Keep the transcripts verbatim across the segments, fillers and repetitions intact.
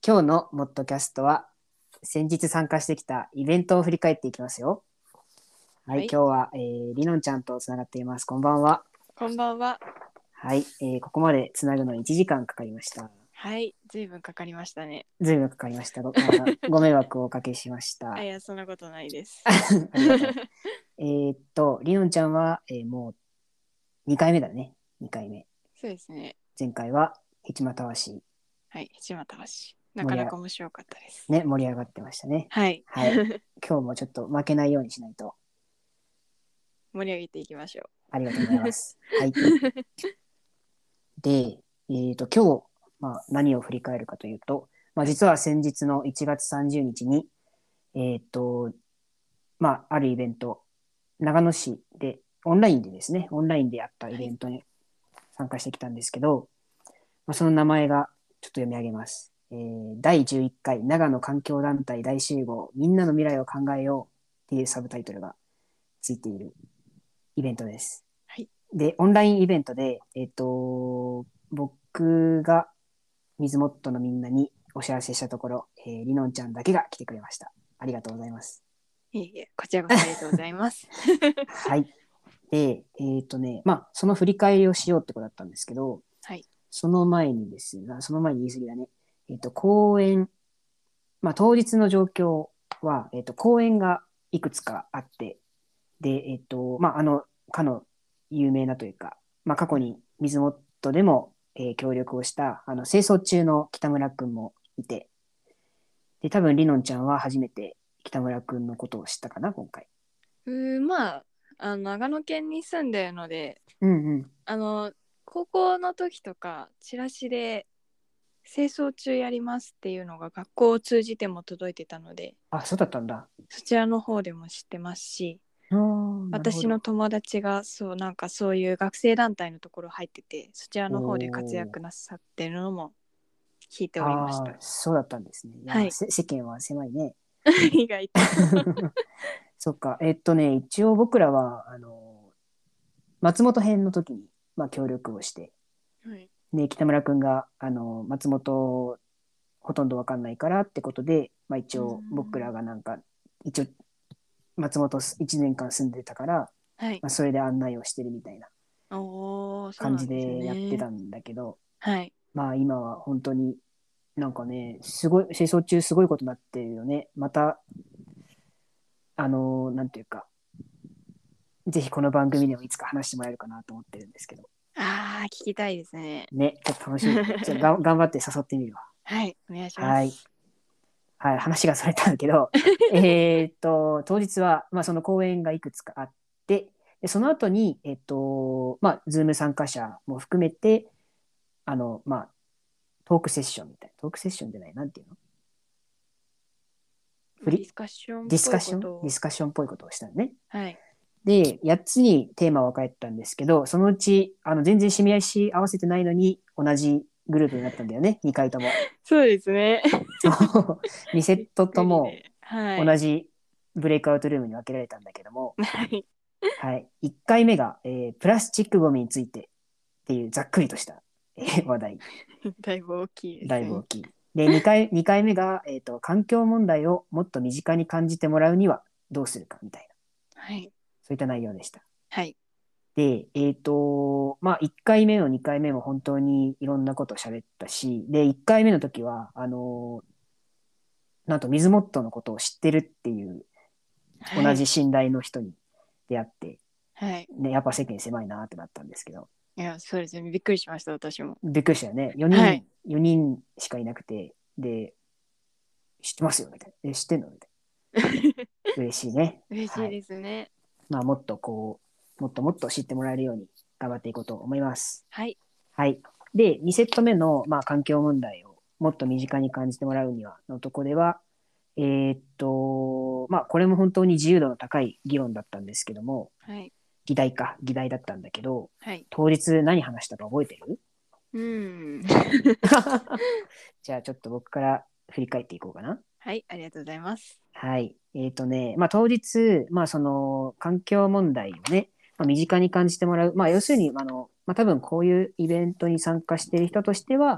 今日のモッドキャストは先日参加してきたイベントを振り返っていきますよ。はい、 はい、 今日は、えー、りのんちゃんとつながっています。こんばんは。 こんばんは。 はい、えー、ここまでつなぐのにいちじかんかかりました。 はい、ずいぶんかかりましたね。 ずいぶんかかりました。ご、ご迷惑をおかけしました。 あ、いや、そんなことないです。 ありがとう。えーっと、りのんちゃんは、えー、もうにかいめだね。にかいめ。 そうですね。 前回はヘチマたわし。 はい、七股橋。なかなか面白かったです。 ね、盛り上がってましたね。 はい。 はい。今日もちょっと負けないようにしないと。 盛り上げていきましょう。 ありがとうございます。はい。で、えーと、今日、まあ、何を振り返るかというと、まあ、実は先日のいちがつさんじゅうにちに、えーと、まあ、あるイベント、長野市で、オンラインでですね、オンラインでやったイベントに参加してきたんですけど、まあ、その名前がちょっと読み上げます。えー、だいじゅういっかい長野環境団体大集合、みんなの未来を考えようっていうサブタイトルがついているイベントです。 はい。 で、オンラインイベントで、えっと、僕が水モットのみんなにお知らせしたところ、えー、りのんちゃんだけが来てくれました。ありがとうございます。 いえいえ、こちらこそありがとうございます。 はい。で、えっとね、まあ、その振り返りをしようってことだったんですけど、 はい。 その前にですが、その前に言い過ぎだね。えっと、公演、まあ、当日の状況は、えっと、公演がいくつかあって、で、えっと、まあ、あの、かの有名なというか、まあ、過去に水モットでも、えー協力をした、あの、清掃中の北村くんもいて、で、多分、りのんちゃんは初めて北村くんのことを知ったかな、今回。 うーまあ、あの長野県に住んでるので、 うんうん。 あの高校の時とかチラシで清掃中やりますっていうのが学校を通じても届いてたので、 あ、そうだったんだ。 そちらの方でも知ってますし、 あー、なるほど。 私の友達がそうなんかそういう学生団体のところ入ってて、そちらの方で活おー。 躍なさってるのも聞いておりましああ、 た。 そうだったんですね。いや、 はい。 せ世間は狭いね。 意外と。 そっか。えっとね、一応僕らは、あの、松本編の時に、まあ、協力をして、 はい。 で、北村くんが、あの、松本ほとんどわかんないからってことで、まあ、一うー応僕らん。 がなんか、一応松本いちねんかん住んでたから、 はい。 まあ、それで案内をしてるみたいなおー、そう感じなんですでやってね。 たんだけど、 はい。 まあ今は本当になんかね、すごい、清掃中すごいことになってるよね。また、あの、なんていうか、ぜひこの番組でもいつか話してもらえるかなと思ってるんですけど。 あー、聞きたいですね。 ね、ちょっと楽しみだね。ちょっとが頑張って誘ってみるわ。 はい、お願いしまはい。 す。 はい、話がそれたんだけど、えっと、当日は、まあ、その講演がいくつかあって、でその後に、えっと、まあ、ズーム参加者も含めて、あの、まあ、トークセッションみたいな、トークセッションじゃない、なんていうのフリディスカッションっぽいディスカッションことを。 ディスカッションっぽいことをしたのね。 はい。 で、やっつにテーマは分かれてたんですけど、そのうち、あの、全然示し合わせてないのに、同じグループになったんだよね、にかいとも。 そうですね。 そう、にセッびっくトともりで。はい。 同じブレイクアウトルームに分けられたんだけども、 はい。 はい。いっかいめが、えープラスチックゴミについてっていうざっくりとした、えー話題、 だいぶ大きいですね。 だいぶ大きい。で、にかい、にかいめが、えーと、環境問題をもっと身近に感じてもらうにはどうするかみたいな、 はい。 そういった内容でした。 はい。 で、えっと、まあ、いっかいめもにかいめも本当にいろんなことを喋ったし、で、いっかいめの時は、あの、なんと水モットのことを知ってるっていう同じはい。 信頼の人に出会って、 はい。 ね、やっぱ世間狭いなってなったんですけど、 いや、そうですね。びっくりしました、私も。 びっくりしたよね。4人、 はい。 よにんしかいなくて、で、知ってますよみたいな。え、知ってんのみたいな。嬉しいね。 嬉しいはい。 ですね。 まあ、もっとこう、もっともっと知ってもらえるように頑張っていこうと思います。 はい。 はい。で、にセット目の、まあ、環境問題をもっと身近に感じてもらうにはのとこでは、えーっと、まあ、これも本当に自由度の高い議論だったんですけども、 はい。 議題か、議題だったんだけど、 はい。 当日何話したか覚えてる？ うーん。 じゃあちょっと僕から振り返っていこうかな。 はい。ありがとうございます。 はい。えっとね、まあ当日、まあその環境問題をね、まあ、身近に感じてもらう。まあ要するに、あの、まあ多分こういうイベントに参加している人としては、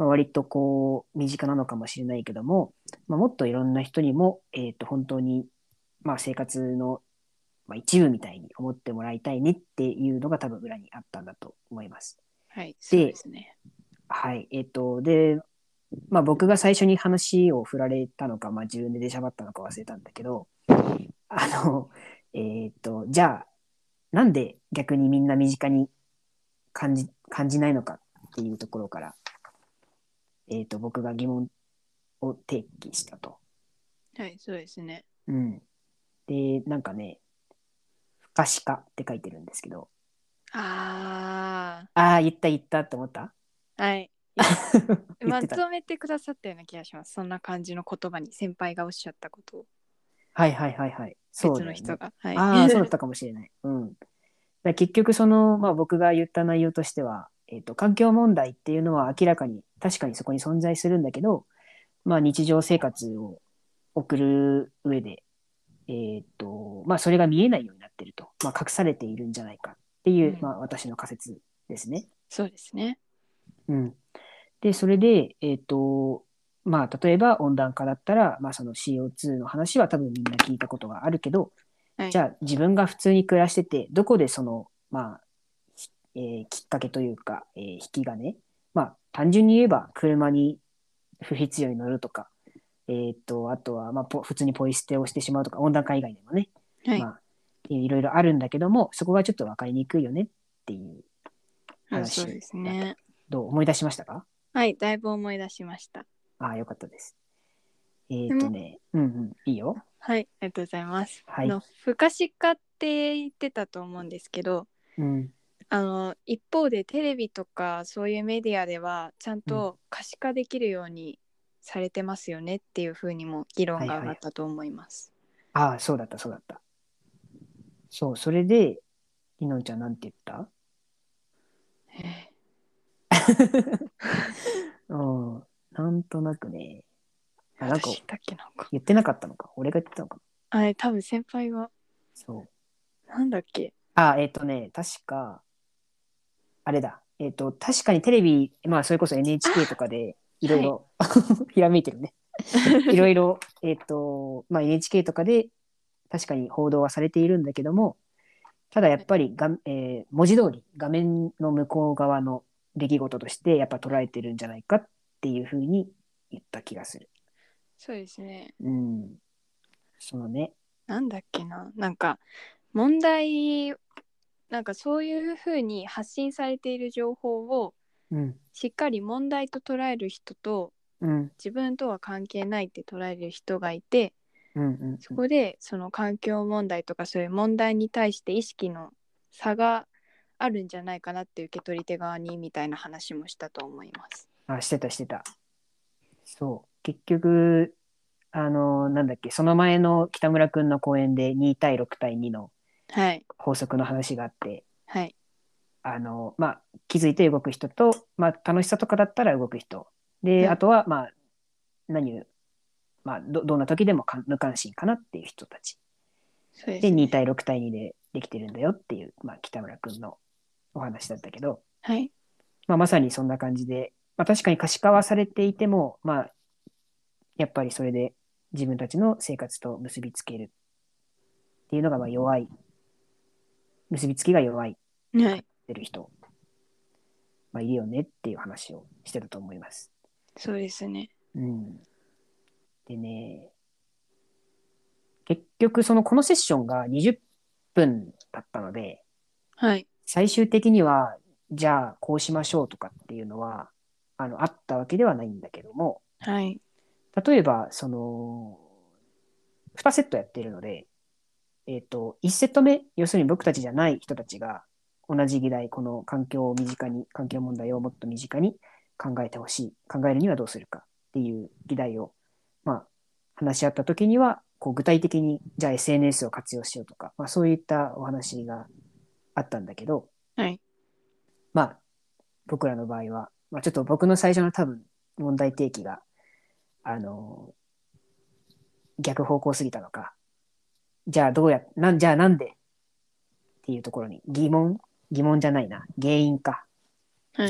まあ、割とこう身近なのかもしれないけども、まあ、もっといろんな人にも、えっと、本当に、まあ、生活の、まあ、一部みたいに思ってもらいたいねっていうのが多分裏にあったんだと思います。 はい、そうでで、 すね。 はい、えっと、で、まあ、僕が最初に話を振られたのか、まあ、自分で出しゃばったのか忘れたんだけど、あの、えっと、じゃあ、なんで逆にみんな身近に感じ、感じないのかっていうところから、えっと、僕が疑問を提起したと。 はい、そうですね。 うん。で、なんかね、不可視化って書いてるんですけど、 あああ、言った言ったって思った。 あ、はい。いま言ってた。 とめてくださったような気がします。そんな感じの言葉に先輩がおっしゃったことをはいはいはいはい。そうだよね。 別の人が。はい。 ああ、そうだったかもしれない。うん。だ結局その、まあ、僕が言った内容としては、えっと、環境問題っていうのは明らかに確かにそこに存在するんだけど、まあ、日常生活を送る上で、えっとまあ、それが見えないようになっていると、まあ、隠されているんじゃないかっていう、 うん、 まあ、私の仮説ですね。 そうですね。 うん、でそれで、えっとまあ、例えば温暖化だったら、まあ、その シーオーツー の話は多分みんな聞いたことがあるけど、 はい。 じゃあ自分が普通に暮らしててどこでその、まあえーきっかけというか、えー引き金、まあ、単純に言えば車に不必要に乗るとか、えーっとあとは、まあ、ポ普通にポイ捨てをしてしまうとか、温暖化以外でもね、 はい。 まあ、いろいろあるんだけども、そこがちょっと分かりにくいよねっていううん、そう話ですだと。 ね。 どう思い出しましたか？ はい、だいぶ思い出しました。 ああ、よかったです。えーっでも、 とね、うんうん、いいよ。 はい、ありがとうございます。 はい。 あの、不可視化って言ってたと思うんですけど、 うん、 あの、一方でテレビとかそういうメディアでは、ちゃんうん。 と可視化できるようにされてますよねっていうふうにも議論が上はいはい。 がったと思います。 ああ、そうだった、そうだった。そう、それで、りのんちゃんなんて言った？ えうん、なんとなくね、 ー、 あ、なんか私だっけなんか。 言ってなかったのか。俺が言ってたのかな。 あれ、多分先輩が、 そう。 なんだっけ。 あ、えっとね、確か、あれだ。えっと、確かにテレビ、まあ、それこそ エヌエイチケー とかでいろいはい。 ろひらめいてるね。いろいろ、えっと、まあ、エヌエイチケー とかで確かに報道はされているんだけども、ただやっぱりが、えー文字通り画面の向こう側の出来事としてやっぱ捉えてるんじゃないかっていうふうに言った気がする。 そうですね。 うん。そのね。 なんだっけな。なんか、問題、なんかそういうふうに発信されている情報をうん。 しっかり問題と捉える人とうん。 自分とは関係ないって捉える人がいて、 うん。うん。うん。 そこでその環境問題とかそういう問題に対して意識の差があるんじゃないかなって受け取り手側にみたいな話もしたと思います。 あ、してたしてた。そう。結局、あの、なんだっけ、その前の北村くんの講演でに対ろく対にのはい。 法則の話があって、 はい。 あの、まあ、気づいて動く人と、まあ、楽しさとかだったら動く人。で、あうん。 とは、まあ、何を、まあ、ど、どんな時でもか無関心かなっていう人たち。で、にそうですね。 対ろく対にでできてるんだよっていう、まあ、北村くんのお話だったけど、 はい。 まあ、まさにそんな感じで、まあ、確かに可視化はされていても、まあ、やっぱりそれで自分たちの生活と結びつけるっていうのがまあ弱い、結びつきが弱いはい。 てる人、まあ、いるよねっていう話をしてたと思います。 そうですね。 うん、でね、結局そのこのセッションがにじゅっぷんだったので、 はい。 最終的にはじゃあこうしましょうとかっていうのはあのあったわけではないんだけども、 はい。 例えばそのにセットやっているので、えっと、いちセット目、要するに僕たちじゃない人たちが同じ議題、この環境を身近に、環境問題をもっと身近に考えてほしい、考えるにはどうするかっていう議題を、まあ、話し合ったときには、こう具体的に、じゃあ エスエヌエス を活用しようとか、まあ、そういったお話があったんだけど、 はい。 まあ、僕らの場合は、まあ、ちょっと僕の最初の多分問題提起が、あの、逆方向すぎたのか、じゃあどうや、なん、じゃあなんでっていうところに疑問疑問じゃないな。原因か。 はい。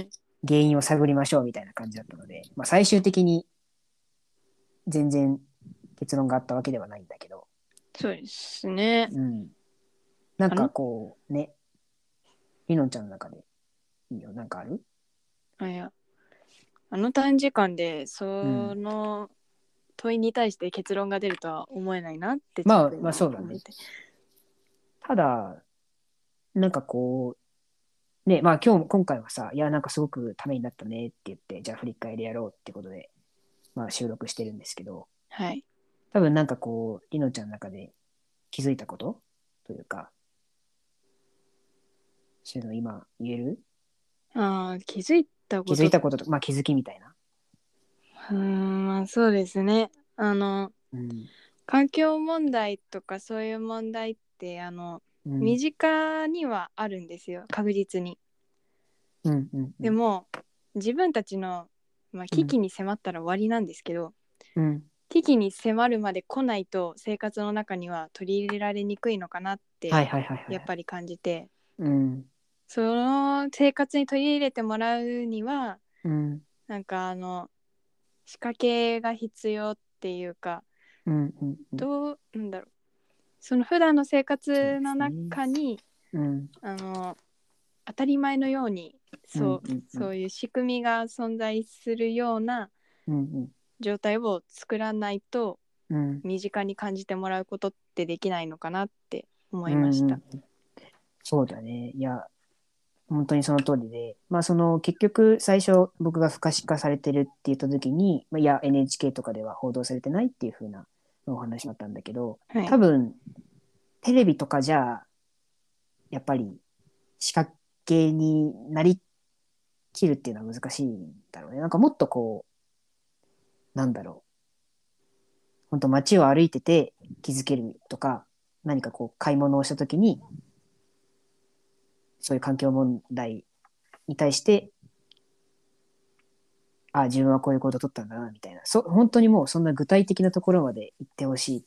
原因を探りましょうみたいな感じだったので、まあ、最終的に全然結論があったわけではないんだけど、 そうですね。 うん、なんかあのこうね、りのんちゃんの中でいいよ、なんかある？ あいやあの短時間でうそん、 の問いに対して結論が出るとは思えないなってちょっとまあまあ今思って。 そうだね。ただなんかこうね、まあ今日今回はさ、いやなんかすごくためになったねって言って、じゃあ振り返りやろうってことで、まあ収録してるんですけど、 はい。 多分なんかこうりのちゃんの中で気づいたことというか、そういうの今言える？ ああ、気づいた気こと。 づいたことと、まあ気づきみたいな。 うーん、まあそうですね。あの、 うん。 環境問題とかそういう問題ってあのうん。 身近にはあるんですよ、確実に。 うん。うん。うん。 でも自分たちの、まあ、危機に迫ったら終わりなんですけど、 うん。 危機に迫るまで来ないと生活の中には取り入れられにくいのかなってはいはいはいはいはい。 やっぱり感じて、 うん。 その生活に取り入れてもらうにはうん。 なんかあの仕掛けが必要っていうか、 うん。うん。うん。 どうなんだろう、その普段の生そうで活のすね。 中にうん。 あの当たり前のようにうん。 そううん。うん。 そういう仕組みが存在するようなうん。 状態を作らないとうん。 身近に感じてもらうことってできないのかなって思うん。 いました。 うん。そうだね。いや、本当にその通りで、まあその結局最初僕が不可視化されてるって言った時に、まあ、いや エヌエイチケー とかでは報道されてないっていう風なお話だったんだけど、 はい。 多分テレビとかじゃやっぱり仕掛けになりきるっていうのは難しいんだろうね。なんかもっとこう、なんだろう。本当街を歩いてて気づけるとか、何かこう買い物をした時に、そういう環境問題に対して、あ、自分はこういう行動を取ったんだな、みたいな。そ、本当にもうそんな具体的なところまで行ってほしいって、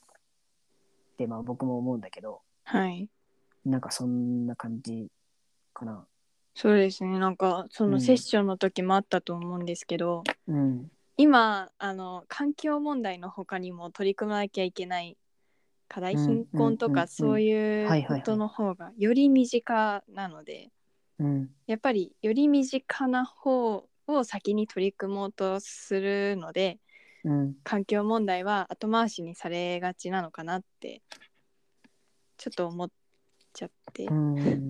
まあ僕も思うんだけど、 はい。 なんかそんな感じかな。 そうですね。なんかそのセッうん。 ションの時もあったと思うんですけど、 うん。 今あの環境問題の他にも取り組まなきゃいけない課題、 うん。 貧うん。うん。う困とかそうん。 いうことはいはいはい。 の方がより身近なので、 うん。 やっぱりより身近な方を先に取り組もうとするので、 うん。 環境問題は後回しにされがちなのかなってちょっと思っちゃって。 うん。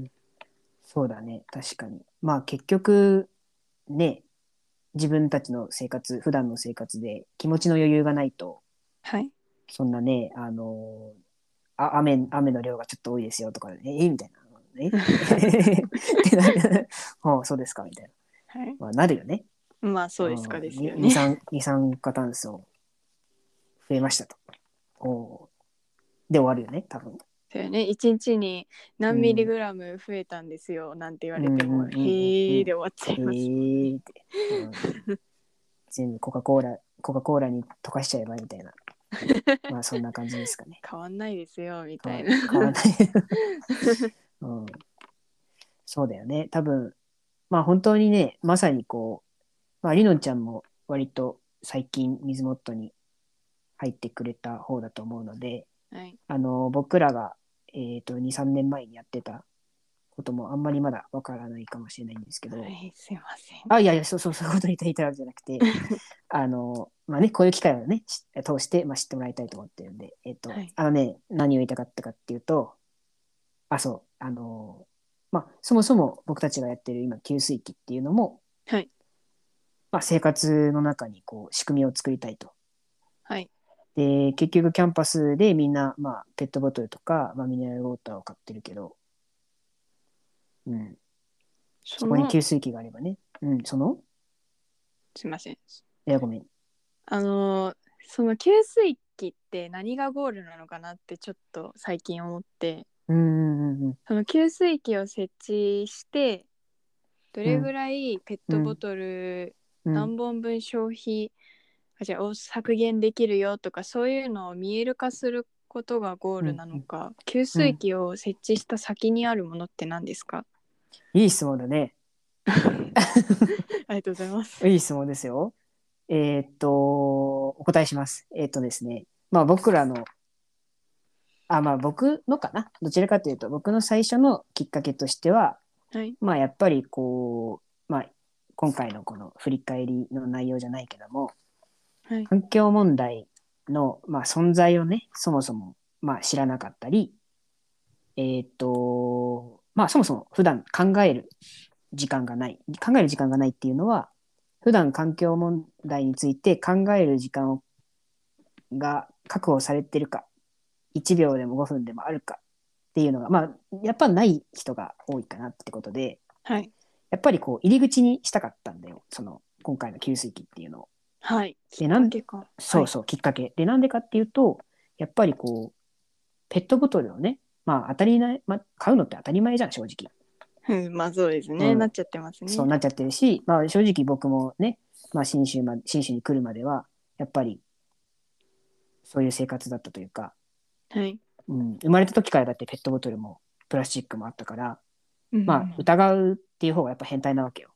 そうだね。確かに。まあ結局、ね、自分たちの生活、普段の生活で気持ちの余裕がないと、 はい。 そんなね、あのあ、雨、雨の量がちょっと多いですよとか、え、えみたいな。えってなる。ああ、そうですか、みたいな。 はい。 まあ、なるよね。 まあそうですかうん、 ですよね。 に二酸、二酸化炭素増えましたと。おで終わるよね、多分。 そうよね。いちにちに何ミリうん。 グラム増えたんですよなんて言わうんうれても、 んうんうんうん。 へーで終わっちゃいへます。 えって、うん。全部コカ・コーラ、コカ・コーラに溶かしちゃえばみたいな。まあそんな感じですかね。 変わんないですよみ変わ、 たいな。 変わらないうん。そうだよね。多分、まあ本当にね、まさにこう、まありのんちゃんも割と最近水モットに入ってくれた方だと思うので、 はい。 あの、僕らが、えっと、に、さんねんまえにやってたこともあんまりまだわからないかもしれないんですけど、 はい、すいません。 あ、いやいや、そうそう、そういうことに言いたいわけじゃなくて、あの、まあね、こういう機会をね、通して、まあ、知ってもらいたいと思ってるんで、えっと、 はい。 あのね、何を言いたかったかっていうと、あ、そう、あの、まあ、そもそも僕たちがやってる今、給水器っていうのも、 はい。 まあ、生活の中にこう仕組みを作りたいと。 はい。 で、結局キャンパスでみんな、まあ、ペットボトルとか、まあ、ミネラルウォーターを買ってるけど、うん、そこにその、 給水器があればね、うん、その、 すいません。 いや、ごめん。 あのーその給水器って何がゴールなのかなってちょっと最近思って、 うんうんうんその給水器を設置してどれぐうんらいペッうんトボトルうん何本分消費あじゃあを削減できるよとかそういうのを見える化することがゴールうんなのか、給うん。 水器を設置した先にあるものって何ですか？ いい質問だね。 ありがとうございます。 いい質問ですよ。えーっと、お答えします。えーっとですね、まあ僕らの、あ、まあ僕のかな。どちらかというと、僕の最初のきっかけとしては、 はい。 まあやっぱりこう、まあ今回のこの振り返りの内容じゃないけども、 はい。 環境問題の、まあ、存在をね、そもそも、まあ、知らなかったり、えーっと、まあそもそも普段考える時間がない。考える時間がないっていうのは、普段環境問題について考える時間をが確保されてるか、いちびょうでもごふんでもあるかっていうのが、まあ、やっぱない人が多いかなってことで、 はい。 やっぱりこう入り口にしたかったんだよ、その今回の給水器っていうのを。 はい。きっで、なんかけか。はい。 そうそう、きっかけ。で、なんでかっていうと、やっぱりこう、ペットボトルをね、まあ当たり前、まあ、買うのって当たり前じゃん、正直。 うん、まあそうですね。 うん。 なっちゃってますね。 そうなっちゃってるし、まあ正直僕もね、まあ信州ま、信州に来るまでは、やっぱりそういう生活だったというか、 はい。 うん、生まれた時からだってペットボトルもプラスチックもあったから、 うんうまあん。 疑うっていう方がやっぱ変態なわけよ。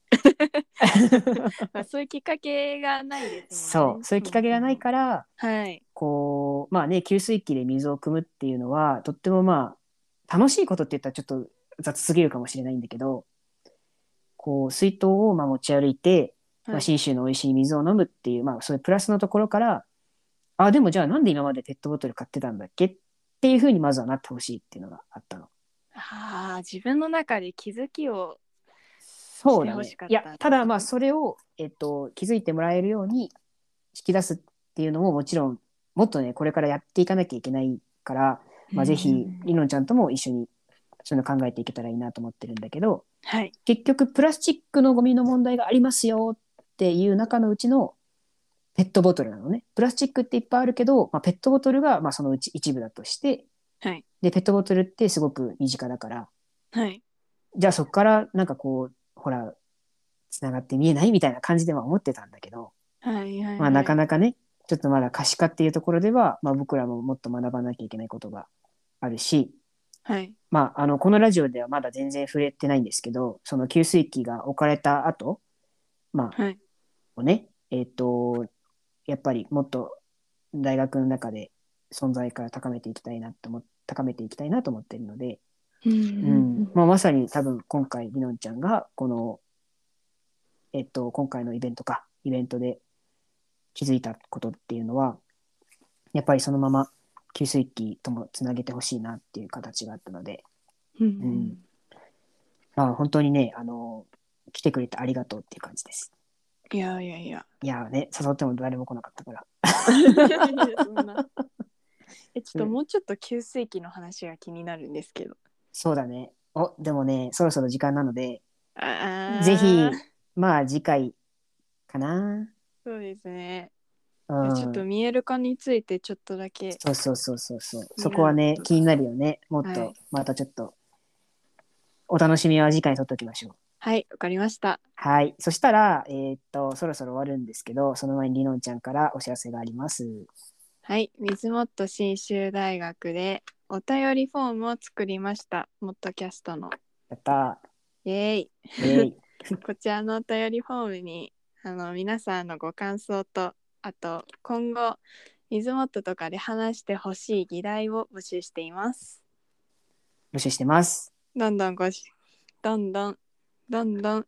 まあそういうきっかけがないですもんね。 そう、そういうそきっかけがないもそも。 から、 はい。 こう、まあね、給水器で水を汲むっていうのは、とってもまあ、楽しいことって言ったらちょっと雑すぎるかもしれないんだけど、こう、水筒をまあ持ち歩いて、まあ、 はい。 信州の美味しい水を飲むっていう、まあそういうプラスのところから、あ、でもじゃあなんで今までペットボトル買ってたんだっけっていうふうにまずはなってほしいっていうのがあったの。 ああ、自分の中で気づきをしてほしそうだね。いや、 かったんただまあですね。 それを、えっと、気づいてもらえるように引き出すっていうのももちろん、もっとね、これからやっていかなきゃいけないから、まあ、ぜひ、りのんちゃんとも一緒にそういうの考えていけたらいいなと思ってるんだけど、 はい。 結局プラスチックのゴミの問題がありますよっていう中のうちのペットボトルなのね。プラスチックっていっぱいあるけど、まあ、ペットボトルがまあそのうち一部だとして、 はい。 で、ペットボトルってすごく身近だから、 はい。 じゃあそこからなんかこう、ほら、つながって見えないみたいな感じでは思ってたんだけど、 はい。はい。 まあなはい。 かなかね、ちょっとまだ可視化っていうところでは、まあ僕らももっと学ばなきゃいけないことがあるし、 はい。 まああの、このラジオではまだ全然触れてないんですけど、その給水器が置かれた後、まはい。 あ、ね、えっと、やっぱりもっと大学の中で存在から高めていきたいなと思高めていきたいなと思っているので、 うんううん、 んまあ、まさに多分今回りのんちゃんがこの、えっと、今回のイベントかイベントで気づいたことっていうのはやっぱりそのまま給水器ともつなげてほしいなっていう形があったので、 うん。ううん、 んまあ本当にねあの来てくれてありがとうっていう感じです。 いやいやいや。 いやね誘っても誰も来なかったから。 いやそんな。え、ちょっともうちょっと給水器の話が気になるんですけど。 そうだね。おでもねそろそろ時間なのでぜひ、 ああ、 まあ次回かな。 そうですね。 ういやちょっとん。 見える化についてちょっとだけそうそうそうそうそう。 気になるこそこはね、 とが。 気になるよね。もっと、 はい。 またちょっと、お楽しみは次回にとっておきましょう。 はい、わかりました。 はい。そしたら、えーっと、そろそろ終わるんですけど、その前にりのんちゃんからお知らせがあります。 はい、水元信州大学でお便りフォームを作りました。モッドキャストの。 やったイエーイ。 ー。イェイ。 こちらのお便りフォームにあの皆さんのご感想と、あと今後水元とかで話してほしい議題を募集しています。 募集してます。 どんどんごしどんどんどんどん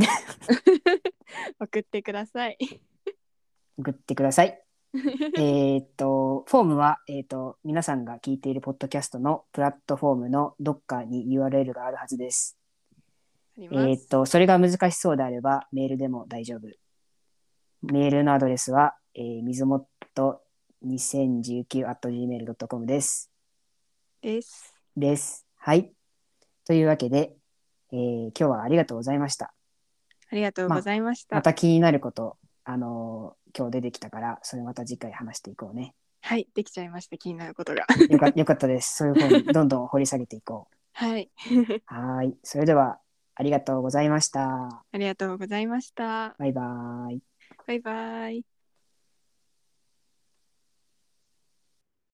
送ってください。 送ってください。えーっと、フォームは、えーっと、皆さんが聞いているポッドキャストのプラットフォームのどっかに ユーアールエル があるはずです。 ありえます。 ーっと、それが難しそうであれば、メールでも大丈夫。メールのアドレスは、えー、水もっと にせんじゅうきゅう アット ジーメールドットコム です。 です。 です。はい。というわけで、えー今日はありがとうございました。 ありがとうごまあ、 ざいました。 また気になること、あのー今日出てきたから、それまた次回話していこうね。 はい、できちゃいました。気になることが。 よか、よかったです。そういう方にどんどん掘り下げていこう。 はい。 はい。それでは、ありがとうございました。 ありがとうございました。 バイバーイ。 バイバイ。